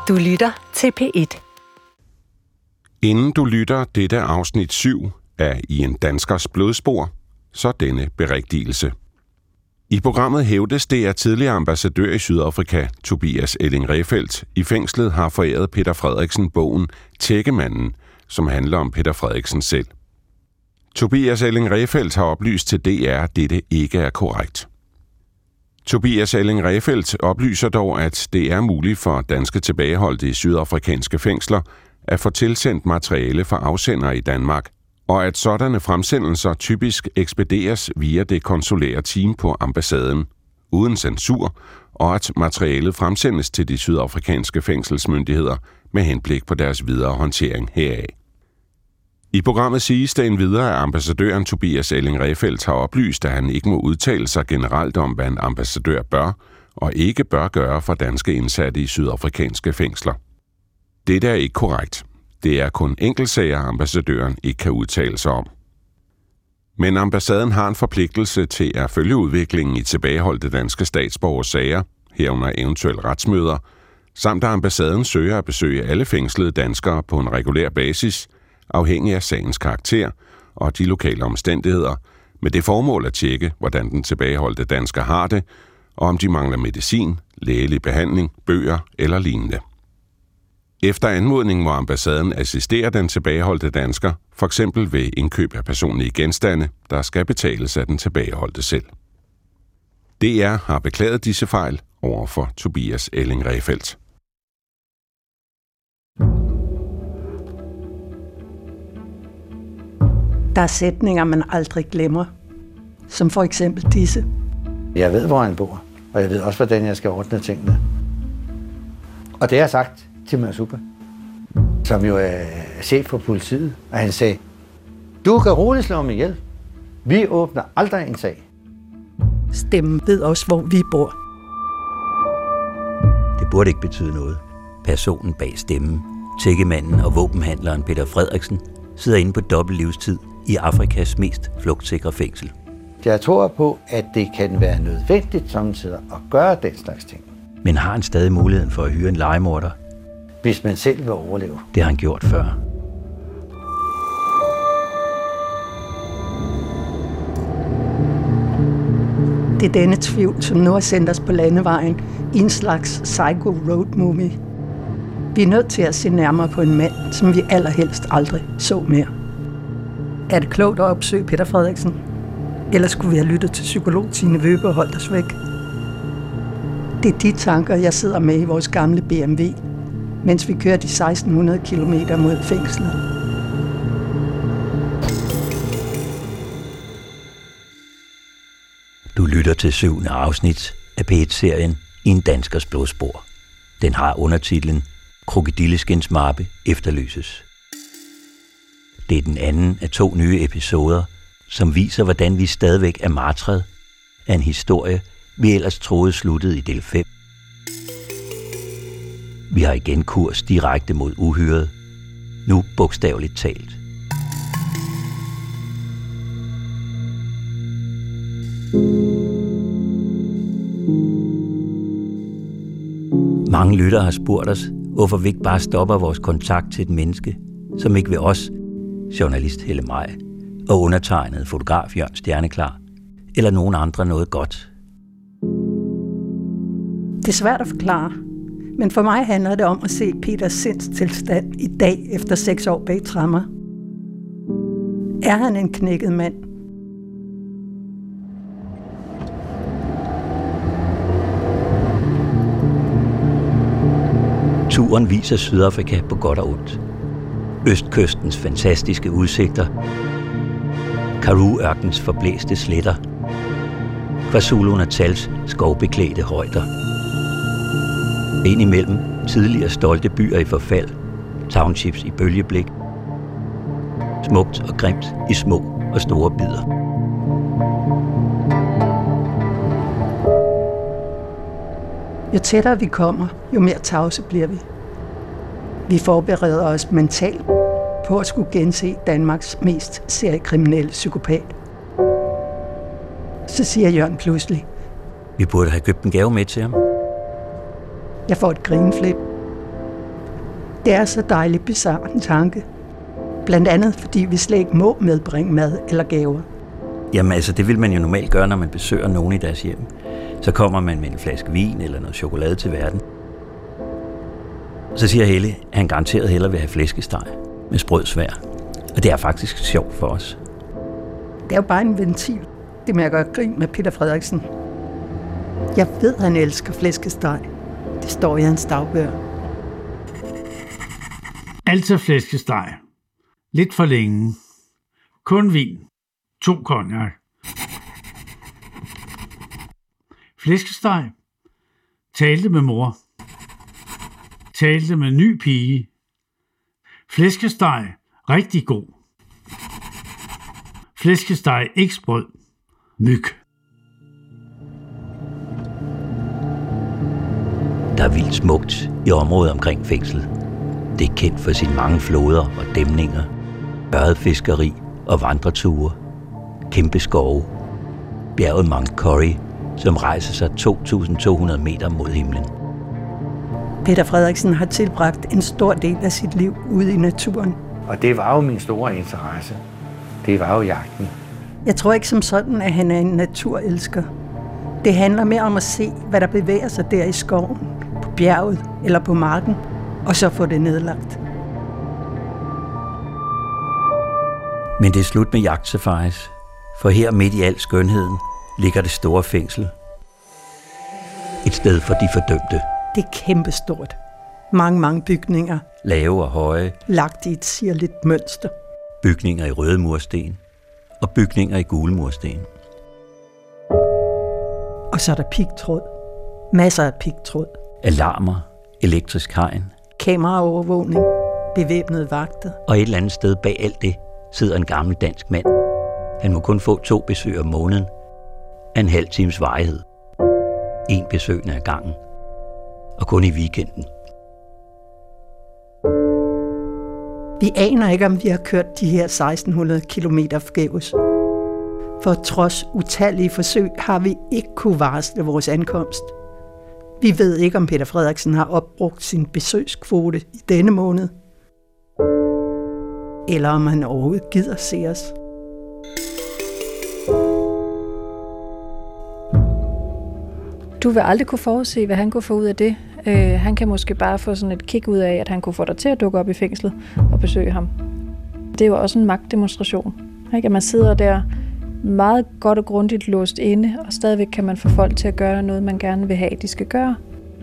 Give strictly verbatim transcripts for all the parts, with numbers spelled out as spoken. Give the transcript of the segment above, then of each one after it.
Du lytter til P et. Inden du lytter dette afsnit syv af I en danskers blodspor, så denne berigtigelse. I programmet hævdes det, at tidligere ambassadør i Sydafrika, Tobias Elling Rehfeldt, i fængslet har foræret Peter Frederiksen bogen Tækkemanden, som handler om Peter Frederiksen selv. Tobias Elling Rehfeldt har oplyst til D R, at dette ikke er korrekt. Tobias Elling Rehfeldt oplyser dog, at det er muligt for danske tilbageholdte i sydafrikanske fængsler at få tilsendt materiale fra afsendere i Danmark, og at sådanne fremsendelser typisk ekspederes via det konsulære team på ambassaden, uden censur, og at materialet fremsendes til de sydafrikanske fængselsmyndigheder med henblik på deres videre håndtering heraf. I programmet siges det endvidere, at ambassadøren Tobias Elling Rehfeldt har oplyst, at han ikke må udtale sig generelt om, hvad en ambassadør bør og ikke bør gøre for danske indsatte i sydafrikanske fængsler. Dette er ikke korrekt. Det er kun enkeltsager, ambassadøren ikke kan udtale sig om. Men ambassaden har en forpligtelse til at følge udviklingen i tilbageholdte danske statsborgers sager, herunder eventuelle retsmøder, samt at ambassaden søger at besøge alle fængslede danskere på en regulær basis, afhængig af sagens karakter og de lokale omstændigheder, med det formål at tjekke, hvordan den tilbageholdte dansker har det, og om de mangler medicin, lægelig behandling, bøger eller lignende. Efter anmodning må ambassaden assistere den tilbageholdte dansker, f.eks. ved indkøb af personlige genstande, der skal betales af den tilbageholdte selv. D R har beklaget disse fejl over for Tobias Elling Rehfeldt. Der er sætninger, man aldrig glemmer, som for eksempel disse. Jeg ved, hvor han bor, og jeg ved også, hvordan jeg skal ordne tingene. Og det har jeg sagt til Masupa, som jo er chef for politiet, og han sagde, du kan roligt slå mig ihjel. Vi åbner aldrig en sag. Stemmen ved også, hvor vi bor. Det burde ikke betyde noget. Personen bag stemmen, tækkemanden og våbenhandleren Peter Frederiksen, sidder inde på dobbelt livstid i Afrikas mest flugtsikre fængsel. Jeg tror på, at det kan være nødvendigt samtidig at gøre den slags ting. Men har han stadig muligheden for at hyre en legemorder? Hvis man selv vil overleve. Det har han gjort før. Det er denne tvivl, som nu har sendt os på landevejen i en slags psycho road movie. Vi er nødt til at se nærmere på en mand, som vi allerhelst aldrig så mere. Er det klogt at opsøge Peter Frederiksen? Eller skulle vi have lyttet til psykolog Tine Wøbe og holdt os væk? Det er de tanker, jeg sidder med i vores gamle B M W, mens vi kører de seksten hundrede kilometer mod fængslet. Du lytter til syvende afsnit af P et-serien I en danskers blodspor. Den har undertitlen Krokodilleskindmappe efterlyses. Det er den anden af to nye episoder, som viser, hvordan vi stadigvæk er martret af en historie, vi ellers troede sluttede i del fem. Vi har igen kurs direkte mod uhyret, nu bogstaveligt talt. Mange lyttere har spurgt os, hvorfor vi ikke bare stopper vores kontakt til et menneske, som ikke vil os, journalist Helle Maj, og undertegnet fotograf Jørgen Stjerneklar, eller nogen andre noget godt. Det er svært at forklare, men for mig handler det om at se Peters sindstilstand i dag efter seks år bag tremmer. Er han en knækket mand? Turen viser Sydafrika på godt og ondt. Østkystens fantastiske udsigter, Karoo-ørkens forblæste sletter, KwaZulu-Natals skovbeklædte højder. Indimellem tidligere stolte byer i forfald, townships i bølgeblik, smukt og grimt i små og store bidder. Jo tættere vi kommer, jo mere tavse bliver vi. Vi forbereder os mentalt på at skulle gense Danmarks mest seriekriminelle psykopat. Så siger Jørgen pludselig: Vi burde have købt en gave med til ham. Jeg får et grineflip. Det er så dejligt bizarre en tanke. Blandt andet, fordi vi slet ikke må medbringe mad eller gaver. Jamen altså, det vil man jo normalt gøre, når man besøger nogen i deres hjem. Så kommer man med en flaske vin eller noget chokolade til verden. Så siger Helle, at han garanteret hellere vil have flæskesteg med sprødsvær. Og det er faktisk sjovt for os. Det er jo bare en ventil. Det med at gøre grin med Peter Frederiksen. Jeg ved, han elsker flæskesteg. Det står i hans dagbøger. Altså flæskesteg. Lidt for længe. Kun vin. To cognac. Flæskesteg. Talte med mor. Talte med ny pige. Flæskesteg. Rigtig god. Flæskesteg ikke sprød. Myg. Der er vildt smukt i området omkring fængslet. Det er kendt for sine mange floder og dæmninger, ørredfiskeri og vandreture, kæmpe skove, bjerget Mount Curry, som rejser sig to tusind to hundrede meter mod himlen. Peter Frederiksen har tilbragt en stor del af sit liv ude i naturen. Og det var jo min store interesse. Det var jo jagten. Jeg tror ikke som sådan, at han er en naturelsker. Det handler mere om at se, hvad der bevæger sig der i skoven, på bjerget eller på marken, og så få det nedlagt. Men det er slut med jagtsafaris, for her midt i al skønheden ligger det store fængsel. Et sted for de fordømte. Det er kæmpestort. Mange, mange bygninger. Lave og høje. Lagt i et sirligt mønster. Bygninger i røde mursten og bygninger i gule mursten. Og så er der pigtråd. Masser af pigtråd. Alarmer, elektrisk hegn. Kameraovervågning, bevæbnede vagter. Og et eller andet sted bag alt det sidder en gammel dansk mand. Han må kun få to besøg om måneden af en halv times varighed. En besøgende ad gangen. Og kun i weekenden. Vi aner ikke, om vi har kørt de her seksten hundrede kilometer forgæves. For trods utallige forsøg har vi ikke kunne varsle vores ankomst. Vi ved ikke, om Peter Frederiksen har opbrugt sin besøgskvote i denne måned. Eller om han overhovedet gider se os. Du vil aldrig kunne forudse, hvad han kunne få ud af det. Uh, han kan måske bare få sådan et kick ud af, at han kunne få dig til at dukke op i fængslet og besøge ham. Det er jo også en magtdemonstration. Ikke? At man sidder der meget godt og grundigt låst inde, og stadigvæk kan man få folk til at gøre noget, man gerne vil have, de skal gøre.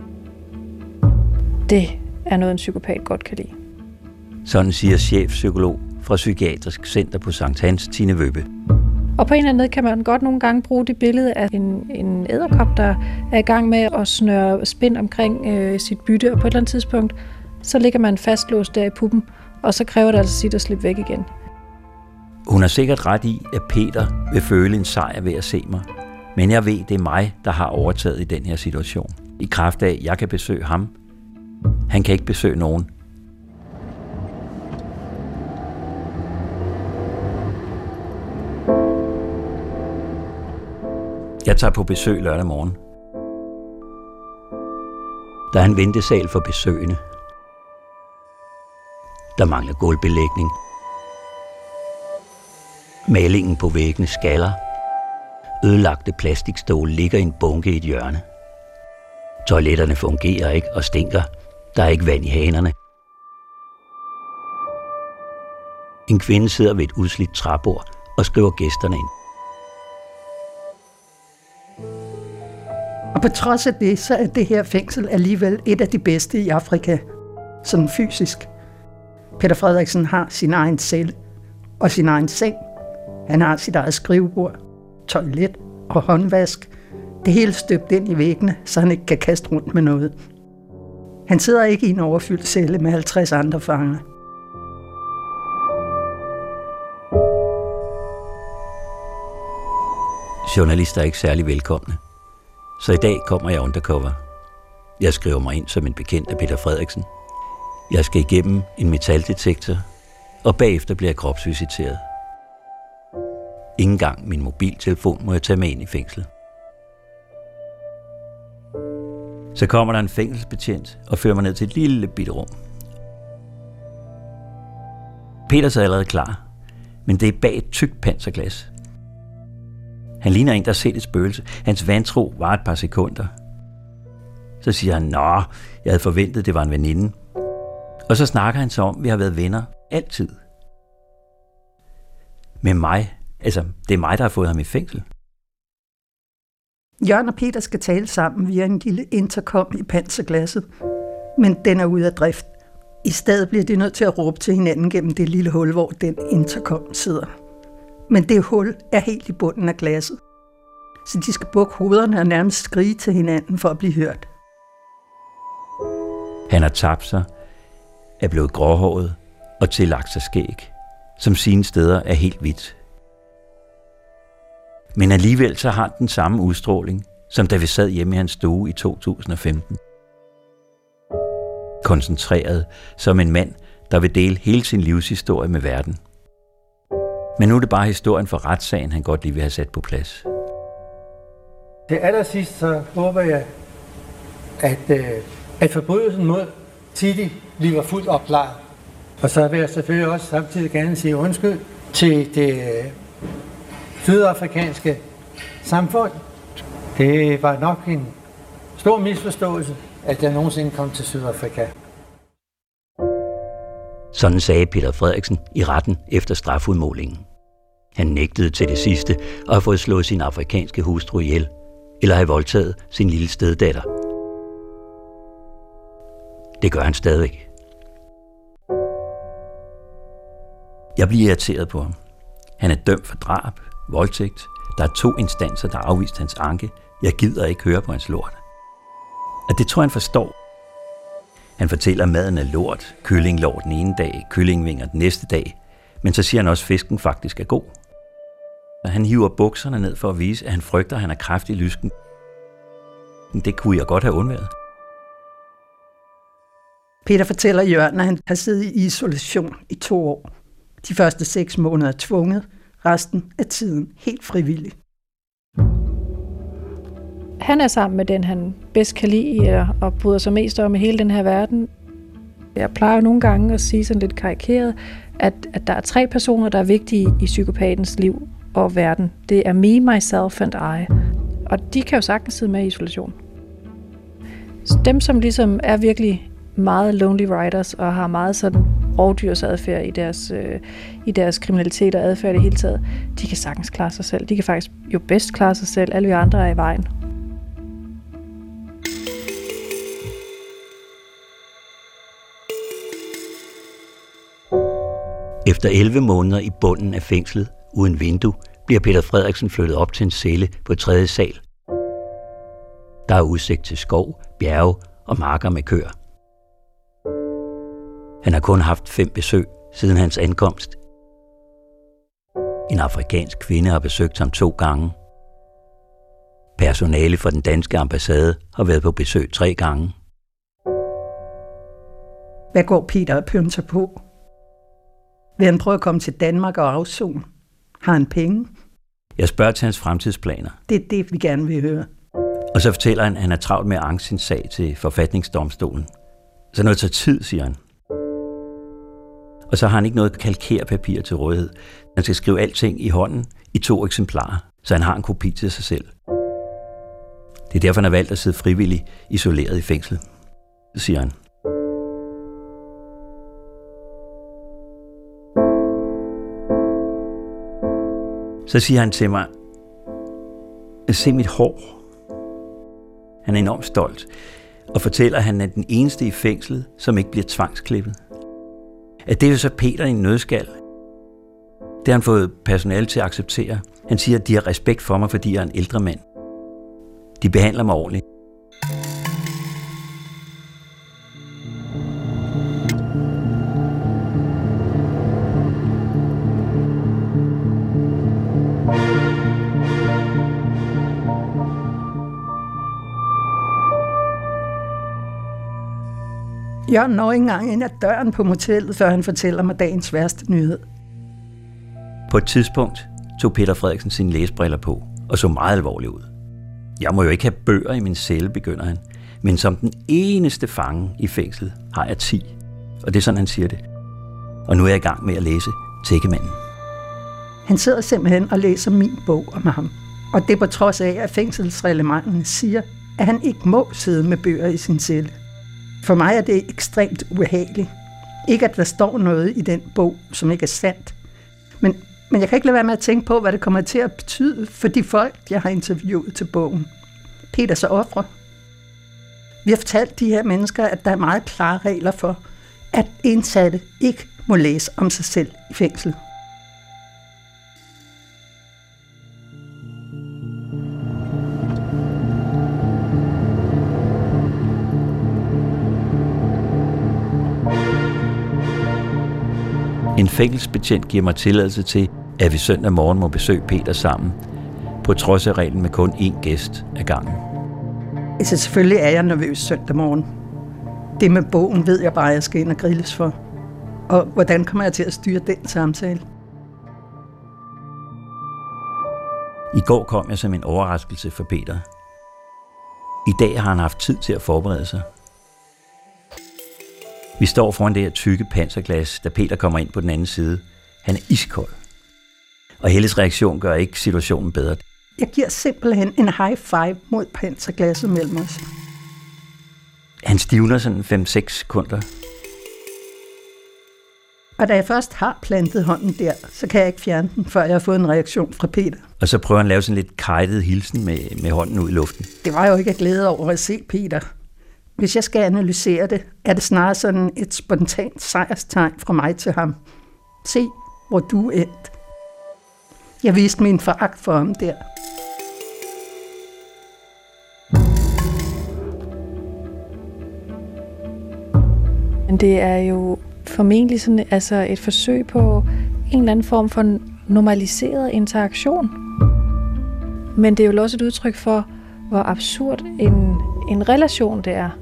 Det er noget, en psykopat godt kan lide. Sådan siger chefpsykolog fra Psykiatrisk Center på Sankt Hans, Tine Wøbbe. Og på en eller anden måde kan man godt nogle gange bruge det billede af en, en edderkop, der er i gang med at snøre spind omkring øh, sit bytte, og på et eller andet tidspunkt, så ligger man fastlåst der i puppen, og så kræver det altså sit at slippe væk igen. Hun har sikkert ret i, at Peter vil føle en sejr ved at se mig. Men jeg ved, det er mig, der har overtaget i den her situation. I kraft af, at jeg kan besøge ham. Han kan ikke besøge nogen. Jeg tager på besøg lørdag morgen. Der er en ventesal for besøgende. Der mangler gulvbelægning. Malingen på væggene skaller. Ødelagte plastikstole ligger i en bunke i et hjørne. Toiletterne fungerer ikke og stinker. Der er ikke vand i hanerne. En kvinde sidder ved et udslidt træbord og skriver gæsterne ind. Og på trods af det, så er det her fængsel alligevel et af de bedste i Afrika, sådan fysisk. Peter Frederiksen har sin egen celle og sin egen seng. Han har sit eget skrivebord, toilet og håndvask. Det hele støbt ind i væggene, så han ikke kan kaste rundt med noget. Han sidder ikke i en overfyldt celle med halvtreds andre fanger. Journalister er ikke særlig velkomne. Så i dag kommer jeg undercover. Jeg skriver mig ind som en bekendt af Peter Frederiksen. Jeg skal igennem en metaldetektor, og bagefter bliver jeg kropsvisiteret. Ingen engang min mobiltelefon må jeg tage med ind i fængslet. Så kommer der en fængselsbetjent og fører mig ned til et lille bitte rum. Peter sad allerede klar, men det er bag et tykt panserglas. Han ligner en, der har set et spøgelse. Hans vantro var et par sekunder. Så siger han, nå, jeg havde forventet, det var en veninde. Og så snakker han så om, at vi har været venner altid. Med mig. Altså, det er mig, der har fået ham i fængsel. Jørgen og Peter skal tale sammen via en lille intercom i panserglasset, men den er ude af drift. I stedet bliver de nødt til at råbe til hinanden gennem det lille hul, hvor den intercom sidder. Men det hul er helt i bunden af glasset, så de skal bukke hovederne og nærmest skrige til hinanden for at blive hørt. Han har tabt sig, er blevet gråhåret og tillagt sig skæg, som sine steder er helt hvidt. Men alligevel så har den samme udstråling, som da vi sad hjemme i hans stue i to tusind og femten. Koncentreret som en mand, der vil dele hele sin livshistorie med verden. Men nu er det bare historien for retssagen, han godt lige vil have sat på plads. Til allersidst så håber jeg, at, øh, at forbrydelsen mod Titi bliver fuldt opklaret. Og så vil jeg selvfølgelig også samtidig gerne sige undskyld til det øh, sydafrikanske samfund. Det var nok en stor misforståelse, at jeg nogensinde kom til Sydafrika. Sådan sagde Peter Frederiksen i retten efter strafudmålingen. Han nægtede til det sidste at have fået slået sin afrikanske hustru ihjel, eller have voldtaget sin lille steddatter. Det gør han stadig. Jeg bliver irriteret på ham. Han er dømt for drab, voldtægt. Der er to instanser, der har afvist hans anke. Jeg gider ikke høre på hans lort. Og det tror jeg, han forstår. Han fortæller, at maden er lort, kyllinglår den ene dag, kyllingvinger den næste dag, men så siger han også, at fisken faktisk er god. Og han hiver bukserne ned for at vise, at han frygter, at han er kræft i lysken. Det kunne jeg godt have undværet. Peter fortæller Jørgen, at han har siddet i isolation i to år. De første seks måneder er tvunget, resten af tiden helt frivillig. Han er sammen med den, han bedst kan lide og bryder sig mest om i hele den her verden. Jeg plejer nogle gange at sige sådan lidt karikeret, at, at der er tre personer, der er vigtige i psykopatens liv og verden. Det er me, myself and I. Og de kan jo sagtens sidde med i isolation. Så dem, som ligesom er virkelig meget lonely riders og har meget sådan rovdyrsadfærd i deres, øh, i deres kriminalitet og adfærd i det hele taget, de kan sagtens klare sig selv. De kan faktisk jo bedst klare sig selv. Alle vi andre er i vejen. Efter elleve måneder i bunden af fængslet uden vindue, bliver Peter Frederiksen flyttet op til en celle på tredje sal. Der er udsigt til skov, bjerge og marker med køer. Han har kun haft fem besøg siden hans ankomst. En afrikansk kvinde har besøgt ham to gange. Personale fra den danske ambassade har været på besøg tre gange. Hvad går Peter og pynter på? Vil han prøve at komme til Danmark og afzone? Har han penge? Jeg spørger til hans fremtidsplaner. Det er det, vi gerne vil høre. Og så fortæller han, at han er travlt med at anke sin sag til forfatningsdomstolen. Så noget tager tid, siger han. Og så har han ikke noget kalkerpapir til rådighed. Han skal skrive alting i hånden i to eksemplarer, så han har en kopi til sig selv. Det er derfor, han har valgt at sidde frivilligt isoleret i fængslet, siger han. Så siger han til mig, se mit hår. Han er enormt stolt og fortæller, at han er den eneste i fængslet, som ikke bliver tvangsklippet. At det er jo så Peter i en nødskal. Det har han fået personale til at acceptere. Han siger, at de har respekt for mig, fordi jeg er en ældre mand. De behandler mig ordentligt. Jørgen når ikke engang ind ad døren på motellet, før han fortæller mig dagens værste nyhed. På et tidspunkt tog Peter Frederiksen sine læsebriller på og så meget alvorlig ud. Jeg må jo ikke have bøger i min celle, begynder han. Men som den eneste fange i fængslet har jeg ti. Og det er sådan, han siger det. og nu er jeg i gang med at læse Tækkemanden. Han sidder simpelthen og læser min bog om ham. Og det på trods af, at fængselsreglementerne siger, at han ikke må sidde med bøger i sin celle. For mig er det ekstremt ubehageligt. Ikke at der står noget i den bog, som ikke er sandt. Men, men jeg kan ikke lade være med at tænke på, hvad det kommer til at betyde for de folk, jeg har interviewet til bogen. Peters ofre. Vi har fortalt de her mennesker, at der er meget klare regler for, at indsatte ikke må læse om sig selv i fængsel. En fængselsbetjent giver mig tilladelse til, at vi søndag morgen må besøge Peter sammen, på trods af reglen med kun én gæst ad gangen. Altså selvfølgelig er jeg nervøs søndag morgen. Det med bogen ved jeg bare, at jeg skal ind og grilles for. Og hvordan kommer jeg til at styre den samtale? I går kom jeg som en overraskelse for Peter. I dag har han haft tid til at forberede sig. Vi står foran det her tykke panserglas, da Peter kommer ind på den anden side. Han er iskold. Og Helles reaktion gør ikke situationen bedre. Jeg giver simpelthen en high five mod panserglasset mellem os. Han stivner sådan fem seks sekunder. Og da jeg først har plantet hånden der, så kan jeg ikke fjerne den, før jeg har fået en reaktion fra Peter. Og så prøver han at lave sådan lidt kajtet hilsen med, med hånden ud i luften. Det var jo ikke at glæde over at se Peter. Hvis jeg skal analysere det, er det snarere sådan et spontant sejrstegn fra mig til ham. Se, hvor du er endt. Jeg viste min foragt for ham der. Men det er jo formentlig sådan, altså et forsøg på en eller anden form for normaliseret interaktion. Men det er jo også et udtryk for, hvor absurd en, en relation det er.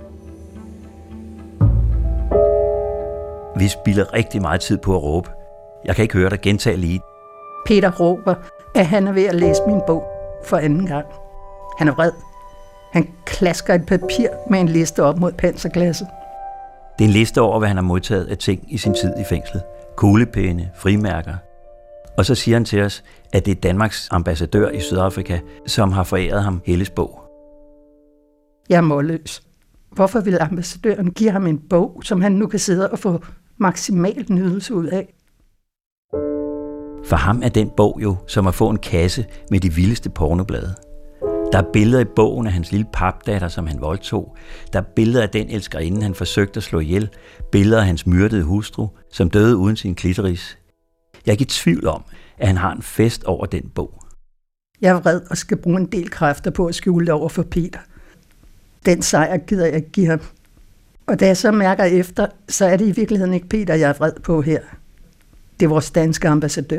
Vi spilder rigtig meget tid på at råbe. Jeg kan ikke høre dig gentage lige. Peter råber, at han er ved at læse min bog for anden gang. Han er vred. Han klasker et papir med en liste op mod panserglasset. Det er en liste over, hvad han har modtaget af ting i sin tid i fængslet. Kuglepenne, frimærker. Og så siger han til os, at det er Danmarks ambassadør i Sydafrika, som har foræret ham Helles bog. Jeg er målløs. Hvorfor vil ambassadøren give ham en bog, som han nu kan sidde og få maksimal nydelse ud af? For ham er den bog jo som at få en kasse med de vildeste pornoblade. Der er billeder i bogen af hans lille papdatter, som han voldtog. Der er billeder af den elskerinde, han forsøgte at slå ihjel. Billeder af hans myrdede hustru, som døde uden sin klitoris. Jeg er ikke i tvivl om, at han har en fest over den bog. Jeg er vred og skal bruge en del kræfter på at skjule det over for Peter. Den sejr gider jeg ikke give ham. Og da jeg så mærker efter, så er det i virkeligheden ikke Peter, jeg er vred på her. Det er vores danske ambassadør.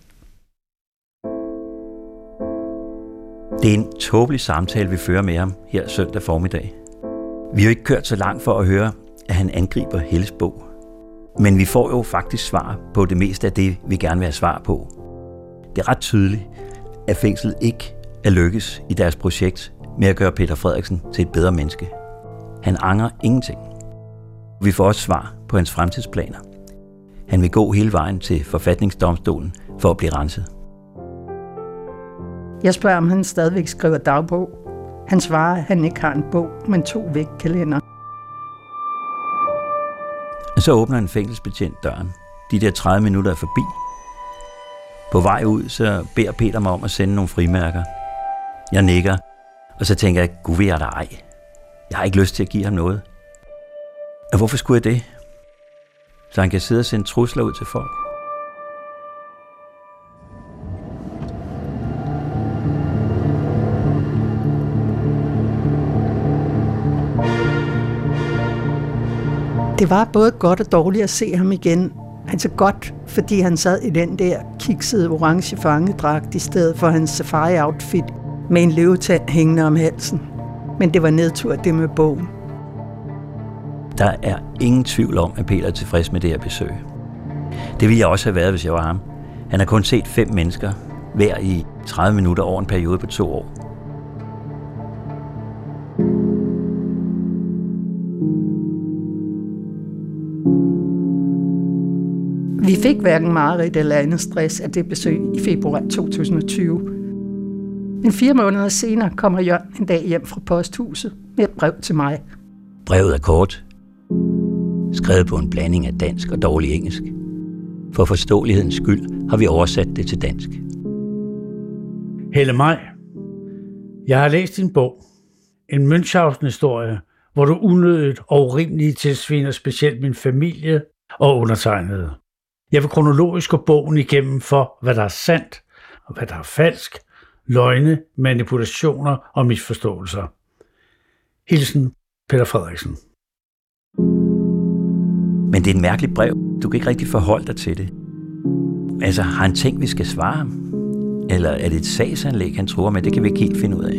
Det er en tåbelig samtale, vi fører med ham her søndag formiddag. Vi har jo ikke kørt så langt for at høre, at han angriber Helles bog. Men vi får jo faktisk svar på det meste af det, vi gerne vil have svar på. Det er ret tydeligt, at fængslet ikke er lykkes i deres projekt med at gøre Peter Frederiksen til et bedre menneske. Han angrer ingenting. Vi får også svar på hans fremtidsplaner. Han vil gå hele vejen til forfatningsdomstolen for at blive renset. Jeg spørger, om han stadigvæk skriver dagbog. Han svarer, at han ikke har en bog, men to vægkalender. Så åbner en fængselsbetjent døren. De der tredive minutter er forbi. På vej ud, så beder Peter mig om at sende nogle frimærker. Jeg nikker, og så tænker jeg, gud vil jeg da ej. Jeg har ikke lyst til at give ham noget. Og hvorfor skulle jeg det? Så han kan sidde og sende trusler ud til folk. Det var både godt og dårligt at se ham igen. Altså godt, fordi han sad i den der kiksede orange fangedragt i stedet for hans safari-outfit med en løvetand hængende om halsen. Men det var nedtur det med bogen. Der er ingen tvivl om, at Peter er tilfreds med det her besøg. Det ville jeg også have været, hvis jeg var ham. Han har kun set fem mennesker, hver i tredive minutter over en periode på to år. Vi fik hverken mareridt eller andet stress af det besøg i februar to tusind og tyve. Men fire måneder senere kommer Jørgen en dag hjem fra posthuset med et brev til mig. Brevet er kort, skrevet på en blanding af dansk og dårlig engelsk. For forståelighedens skyld har vi oversat det til dansk. Helle Maj, jeg har læst din bog. En Münchhausen-historie, hvor du unødigt og urimeligt tilsviner specielt min familie og undertegnede. Jeg vil kronologisk gå bogen igennem for, hvad der er sandt og hvad der er falsk, løgne, manipulationer og misforståelser. Hilsen, Peter Frederiksen. Men det er et mærkeligt brev. Du kan ikke rigtig forholde dig til det. Altså, har han tænkt, vi skal svare ham? Eller er det et sagsanlæg, han tror med? Det kan vi ikke helt finde ud af.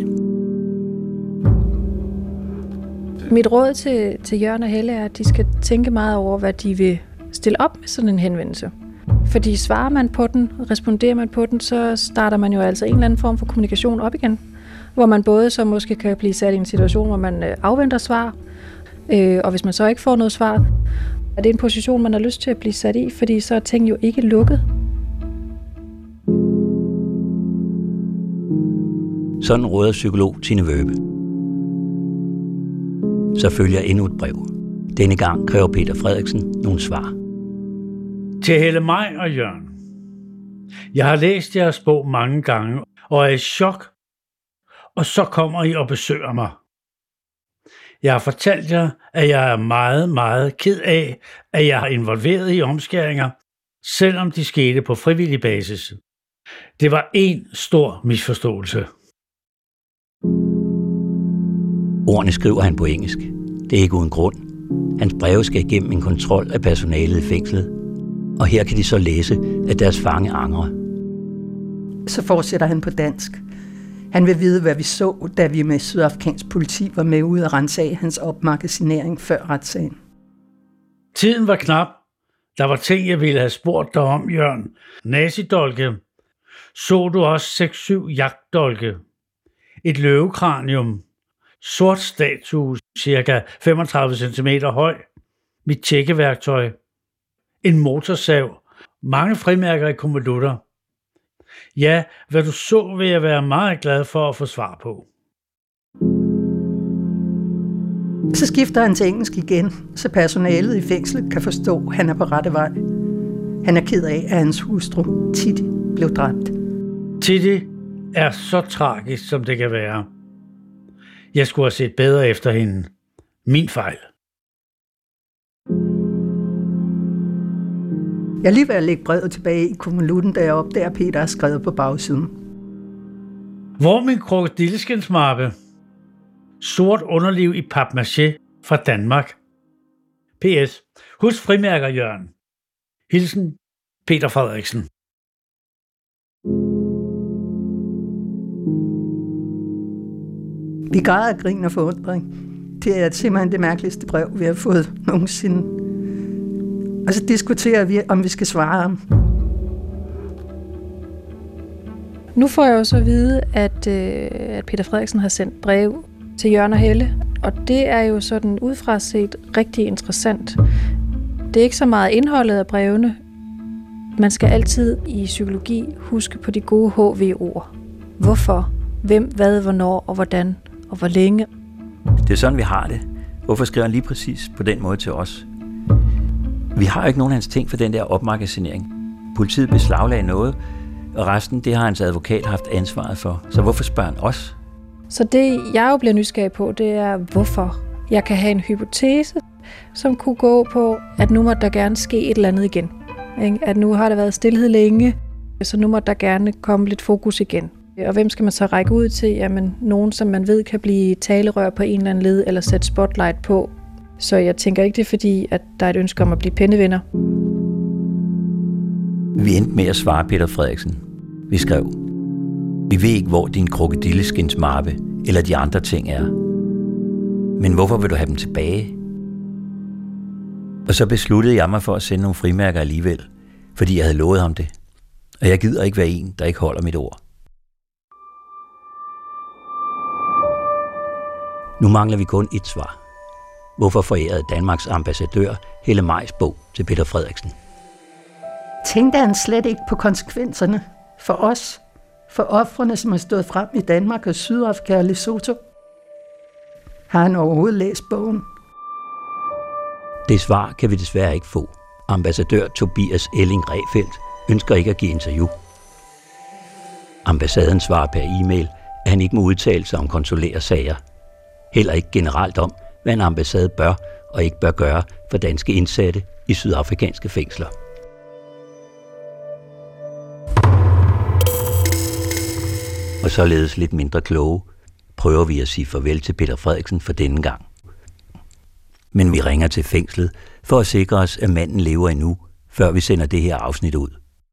Mit råd til, til Jørgen og Helle er, at de skal tænke meget over, hvad de vil stille op med sådan en henvendelse. Fordi svarer man på den, responderer man på den, så starter man jo altså en eller anden form for kommunikation op igen. Hvor man både så måske kan blive sat i en situation, hvor man afventer svar, øh, og hvis man så ikke får noget svar, er det en position, man har lyst til at blive sat i, fordi så er ting jo ikke lukket. Sådan råder psykolog Tine Wøbe. Så følger endnu et brev. Denne gang kræver Peter Frederiksen nogle svar. Til Helle Maj og Jørgen. Jeg har læst jeres bog mange gange og er i chok, og så kommer I og besøger mig. Jeg har fortalt jer, at jeg er meget, meget ked af, at jeg har involveret i omskæringer, selvom de skete på frivillig basis. Det var en stor misforståelse. Ordene skriver han på engelsk. Det er ikke uden grund. Hans breve skal igennem en kontrol af personalet i fængslet. Og her kan de så læse, at deres fange angrer. Så fortsætter han på dansk. Han vil vide, hvad vi så, da vi med sydafrikansk politi var med ude at rense af hans opmagasinering før retssagen. Tiden var knap. Der var ting, jeg ville have spurgt dig om, Jørgen. Nazidolke. Så du også seks syv jagtdolke? Et løvekranium. Sort statue, cirka femogtredive centimeter høj. Mit tjekkeværktøj. En motorsav. Mange frimærker i konvolutter. Ja, hvad du så, vil jeg være meget glad for at få svar på. Så skifter han til engelsk igen, så personalet i fængslet kan forstå, at han er på rette vej. Han er ked af, at hans hustru, Titti, blev dræbt. Titti er så tragisk, som det kan være. Jeg skulle have set bedre efter hende. Min fejl. Jeg er lige ved at lægge brevet tilbage i konvolutten, da jeg opdager, Peter er skrevet på bagsiden. Hvor min krokodilleskensmappe? Sort underliv i papmaché fra Danmark. P S. Husk frimærker, Jørgen. Hilsen, Peter Frederiksen. Vi græder af grin og forundring. Det er simpelthen det mærkeligste brev, vi har fået nogensinde. Og så diskuterer vi, om vi skal svare ham. Nu får jeg jo så at vide, at, øh, at Peter Frederiksen har sendt brev til Jørgen og Helle, og det er jo sådan udefra set rigtig interessant. Det er ikke så meget indholdet af brevene. Man skal altid i psykologi huske på de gode H V-ord. Hvorfor, hvem, hvad, hvornår og hvordan og hvor længe. Det er sådan, vi har det. Hvorfor skriver han lige præcis på den måde til os? Vi har jo ikke nogen af hans ting for den der opmagasinering. Politiet beslaglagde noget, og resten, det har hans advokat haft ansvaret for. Så hvorfor spørger han os? Så det, jeg jo bliver nysgerrig på, det er, hvorfor. Jeg kan have en hypotese, som kunne gå på, at nu må der gerne ske et eller andet igen. At nu har der været stillhed længe, så nu må der gerne komme lidt fokus igen. Og hvem skal man så række ud til? Jamen, nogen, som man ved kan blive talerør på en eller anden led, eller sætte spotlight på. Så jeg tænker ikke, det er fordi, at der er et ønske om at blive pennevenner. Vi endte med at svare Peter Frederiksen. Vi skrev: Vi ved ikke, hvor din krokodilleskensmappe eller de andre ting er. Men hvorfor vil du have dem tilbage? Og så besluttede jeg mig for at sende nogle frimærker alligevel, fordi jeg havde lovet ham det. Og jeg gider ikke være en, der ikke holder mit ord. Nu mangler vi kun et svar. Hvorfor forærede Danmarks ambassadør Helle Majs bog til Peter Frederiksen? Tænkte han slet ikke på konsekvenserne for os, for ofrene, som har stået frem i Danmark og Sydafrika og Lesotho? Har han overhovedet læst bogen? Det svar kan vi desværre ikke få. Ambassadør Tobias Elling Rehfeldt ønsker ikke at give interview. Ambassaden svarer per e-mail, at han ikke må udtale sig om konsulære sager. Heller ikke generelt om, hvad en ambassade bør og ikke bør gøre for danske indsatte i sydafrikanske fængsler. Og således lidt mindre kloge, prøver vi at sige farvel til Peter Frederiksen for denne gang. Men vi ringer til fængslet for at sikre os, at manden lever endnu, før vi sender det her afsnit ud.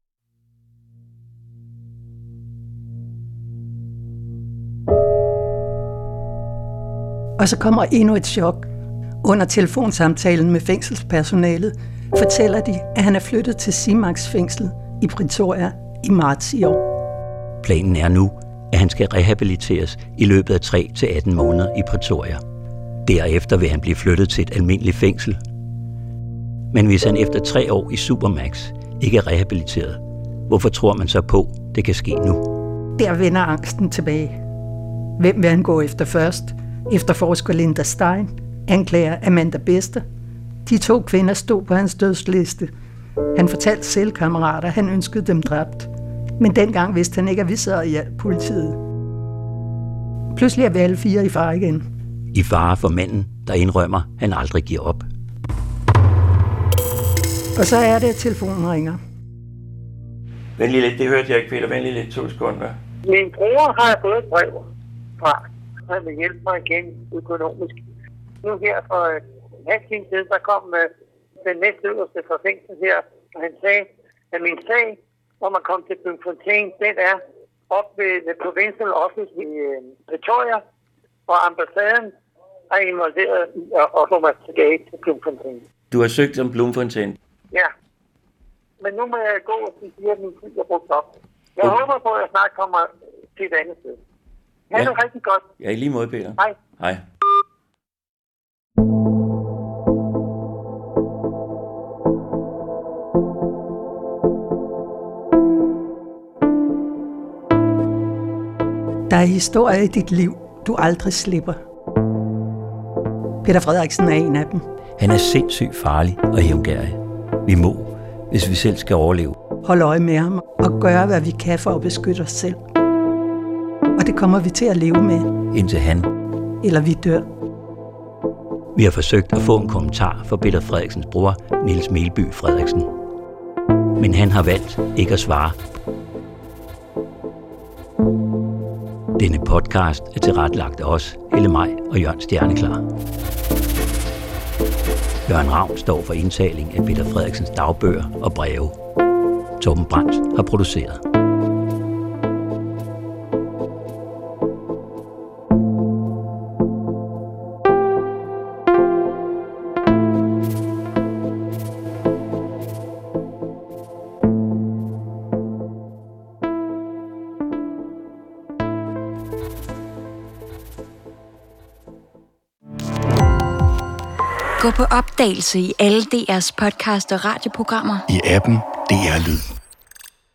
Og så kommer endnu et chok. Under telefonsamtalen med fængselspersonalet fortæller de, at han er flyttet til Simax fængsel i Pretoria i marts i år. Planen er nu, at han skal rehabiliteres i løbet af tre til atten måneder i Pretoria. Derefter vil han blive flyttet til et almindeligt fængsel. Men hvis han efter tre år i Supermax ikke er rehabiliteret, hvorfor tror man så på, det kan ske nu? Der vender angsten tilbage. Hvem vil han gå efter først? Efterforsker Linda Stein, anklager Amanda Bester. De to kvinder stod på hans dødsliste. Han fortalte selv kammerater, han ønskede dem dræbt. Men dengang vidste han ikke, at vi sad og hjalp politiet. Pludselig er vi alle fire i fare igen. I fare for manden, der indrømmer, han aldrig giver op. Og så er det, at telefonen ringer. Venlig lidt, det hørte jeg ikke, Peter. Venlig lidt, to sekunder. Min bror har jeg fået et brev fra. Han vil hjælpe mig igen økonomisk. Nu her for en halv time siden, der kom uh, den næstøverste fra fængslet her, og han sagde, at min sag, hvor man kom til Bloemfontein, den er op ved the Provincial Office i uh, Pretoria, og ambassaden er involveret i at, at få mig tilbage til Bloemfontein. Du har søgt om Bloemfontein? Ja. Men nu må jeg gå og sige, at min tid er brugt op. Jeg okay. håber på, at jeg snart kommer til et andet sted. Ha' det rigtig godt. Ja, i lige måde, Peter. Hej. Hej. Der er historier i dit liv, du aldrig slipper. Peter Frederiksen er en af dem. Han er sindssygt farlig og hævngærig. Vi må, hvis vi selv skal overleve. Hold øje med ham og gøre, hvad vi kan for at beskytte os selv. Og det kommer vi til at leve med. Indtil han. Eller vi dør. Vi har forsøgt at få en kommentar fra Peter Frederiksens bror, Niels Melby Frederiksen. Men han har valgt ikke at svare. Denne podcast er tilrettelagt af os, Helle Maj og Jørgen Stjerneklar. Jørgen Ravn står for indtaling af Peter Frederiksens dagbøger og breve. Torben Brandt har produceret. Gå på opdagelse i alle D R's podcast og radioprogrammer. I appen D R Lyd.